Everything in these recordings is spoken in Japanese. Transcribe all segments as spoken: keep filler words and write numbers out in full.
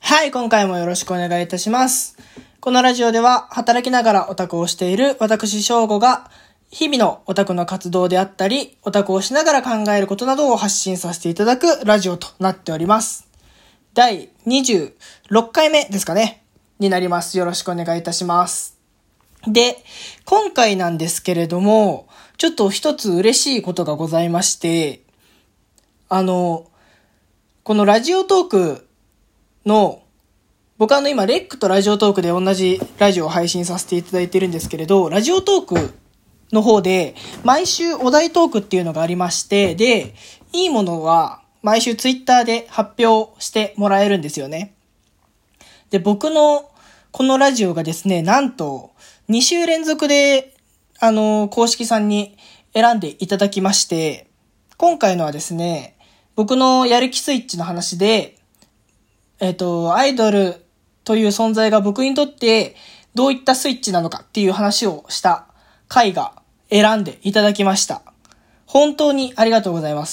はい、今回もよろしくお願いいたします。このラジオでは働きながらオタクをしている私翔吾が日々のオタクの活動であったり、オタクをしながら考えることなどを発信させていただくラジオとなっております。だいにじゅうろっかいめですかね、になります。よろしくお願いいたします。で、今回なんですけれども、ちょっと一つ嬉しいことがございまして、あの、このラジオトークの、僕はあの今レックとラジオトークで同じラジオを配信させていただいているんですけれど、ラジオトークの方で毎週お題トークっていうのがありまして、で、いいものは毎週ツイッターで発表してもらえるんですよね。で、僕のこのラジオがですね、なんとに週連続であの公式さんに選んでいただきまして、今回のはですね、僕のやる気スイッチの話で、えっと、アイドルという存在が僕にとってどういったスイッチなのかっていう話をした回が選んでいただきました。本当にありがとうございます。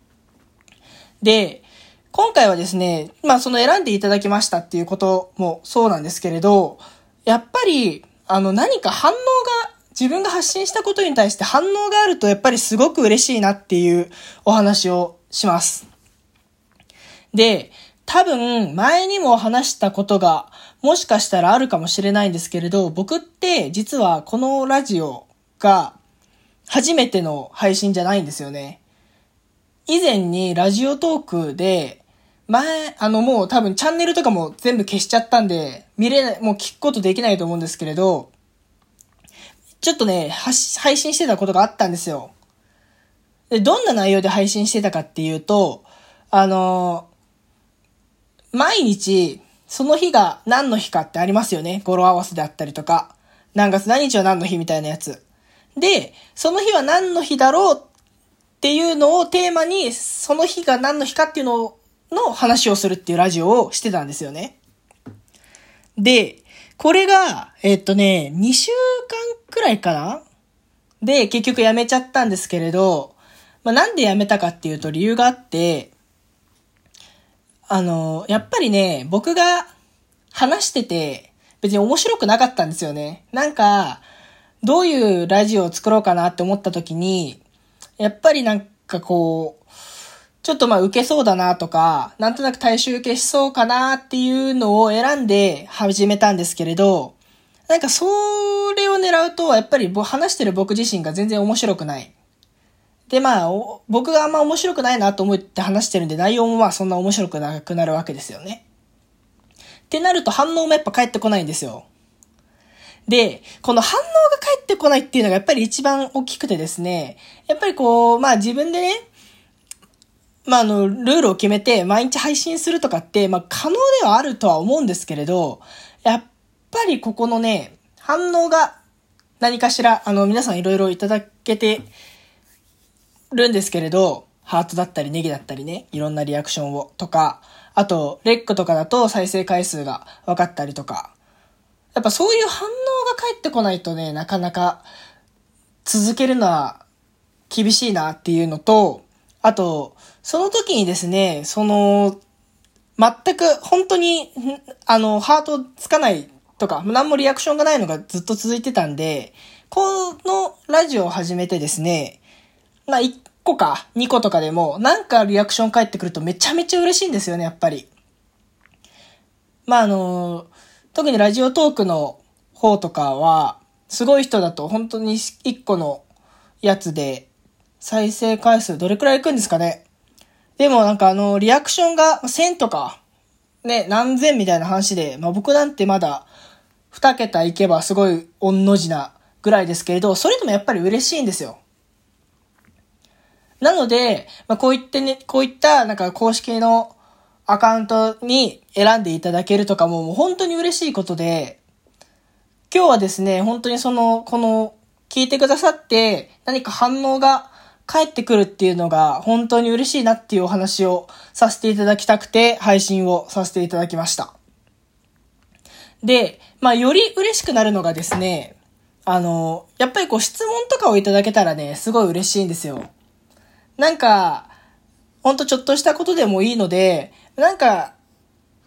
で、今回はですね、まあその選んでいただきましたっていうこともそうなんですけれど、やっぱりあの何か反応が、自分が発信したことに対して反応があるとやっぱりすごく嬉しいなっていうお話をします。で、多分前にも話したことがもしかしたらあるかもしれないんですけれど、僕って実はこのラジオが初めての配信じゃないんですよね。以前にラジオトークで前、あのもう多分チャンネルとかも全部消しちゃったんで見れない、もう聞くことできないと思うんですけれど、ちょっとね、配信してたことがあったんですよ。で、どんな内容で配信してたかっていうと、あのー、毎日、その日が何の日かってありますよね。語呂合わせであったりとか。何月何日は何の日みたいなやつ。で、その日は何の日だろうっていうのをテーマに、その日が何の日かっていうのの話をするっていうラジオをしてたんですよね。で、これが、えっとね、にしゅうかんくらいかなで、結局やめちゃったんですけれど、まあ、なんでやめたかっていうと理由があって、あの、やっぱりね、僕が話してて別に面白くなかったんですよね。なんか、どういうラジオを作ろうかなって思った時に、やっぱりなんかこう、ちょっとまあ受けそうだなとか、なんとなく大衆受けしそうかなっていうのを選んで始めたんですけれど、なんかそれを狙うと、やっぱり話してる僕自身が全然面白くない。でまあ、僕があんま面白くないなと思って話してるんで、内容もまあそんな面白くなくなるわけですよね。ってなると反応もやっぱ返ってこないんですよ。で、この反応が返ってこないっていうのがやっぱり一番大きくてですね、やっぱりこう、まあ自分でね、まああの、ルールを決めて毎日配信するとかって、まあ可能ではあるとは思うんですけれど、やっぱりここのね、反応が何かしら、あの皆さんいろいろいただけてるんですけれど、ハートだったりネギだったりね、いろんなリアクションをとか、あとレックとかだと再生回数が分かったりとか、やっぱそういう反応が返ってこないとね、なかなか続けるのは厳しいなっていうのと、あとその時にですね、その全く本当にあのハートつかないとか、何もリアクションがないのがずっと続いてたんで、このラジオを始めてですね、まあいっこかにことかでもなんかリアクション返ってくるとめちゃめちゃ嬉しいんですよね、やっぱり。まああの特にラジオトークの方とかはすごい人だと本当にいっこのやつで再生回数どれくらいいくんですかね。でもなんかあのリアクションがせんとかね、何千みたいな話で、まあ僕なんてまだに桁いけばすごい御の字なぐらいですけれど、それでもやっぱり嬉しいんですよ。なので、まあ、こういってね、こういったなんか公式のアカウントに選んでいただけるとかももう本当に嬉しいことで、今日はですね、本当にその、この聞いてくださって何か反応が返ってくるっていうのが本当に嬉しいなっていうお話をさせていただきたくて配信をさせていただきました。で、まあより嬉しくなるのがですね、あの、やっぱりこう質問とかをいただけたらね、すごい嬉しいんですよ。なんか、ほんとちょっとしたことでもいいので、なんか、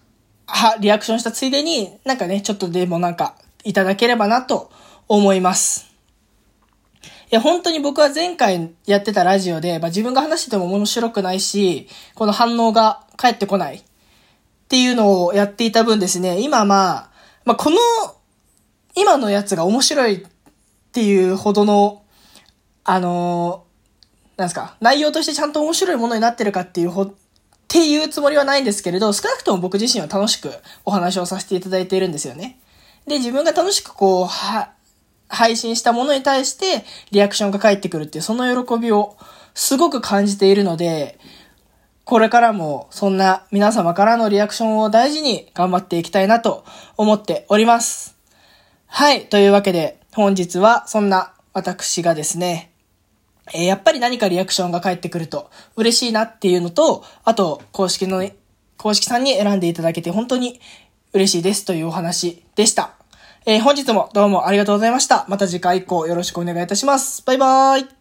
は、リアクションしたついでに、なんかね、ちょっとでもなんか、いただければなと思います。いや、本当に僕は前回やってたラジオで、まあ、自分が話してても面白くないし、この反応が返ってこないっていうのをやっていた分ですね、今まあ、まあ、この、今のやつが面白いっていうほどの、あのー、なんですか、内容としてちゃんと面白いものになってるかっていうほ、っていうつもりはないんですけれど、少なくとも僕自身は楽しくお話をさせていただいているんですよね。で、自分が楽しくこう、は、配信したものに対してリアクションが返ってくるっていう、その喜びをすごく感じているので、これからもそんな皆様からのリアクションを大事に頑張っていきたいなと思っております。はい。というわけで本日はそんな私がですね、えー、やっぱり何かリアクションが返ってくると嬉しいなっていうのと、あと公式の、公式さんに選んでいただけて本当に嬉しいですというお話でした。えー、本日もどうもありがとうございました。また次回以降よろしくお願いいたします。バイバーイ。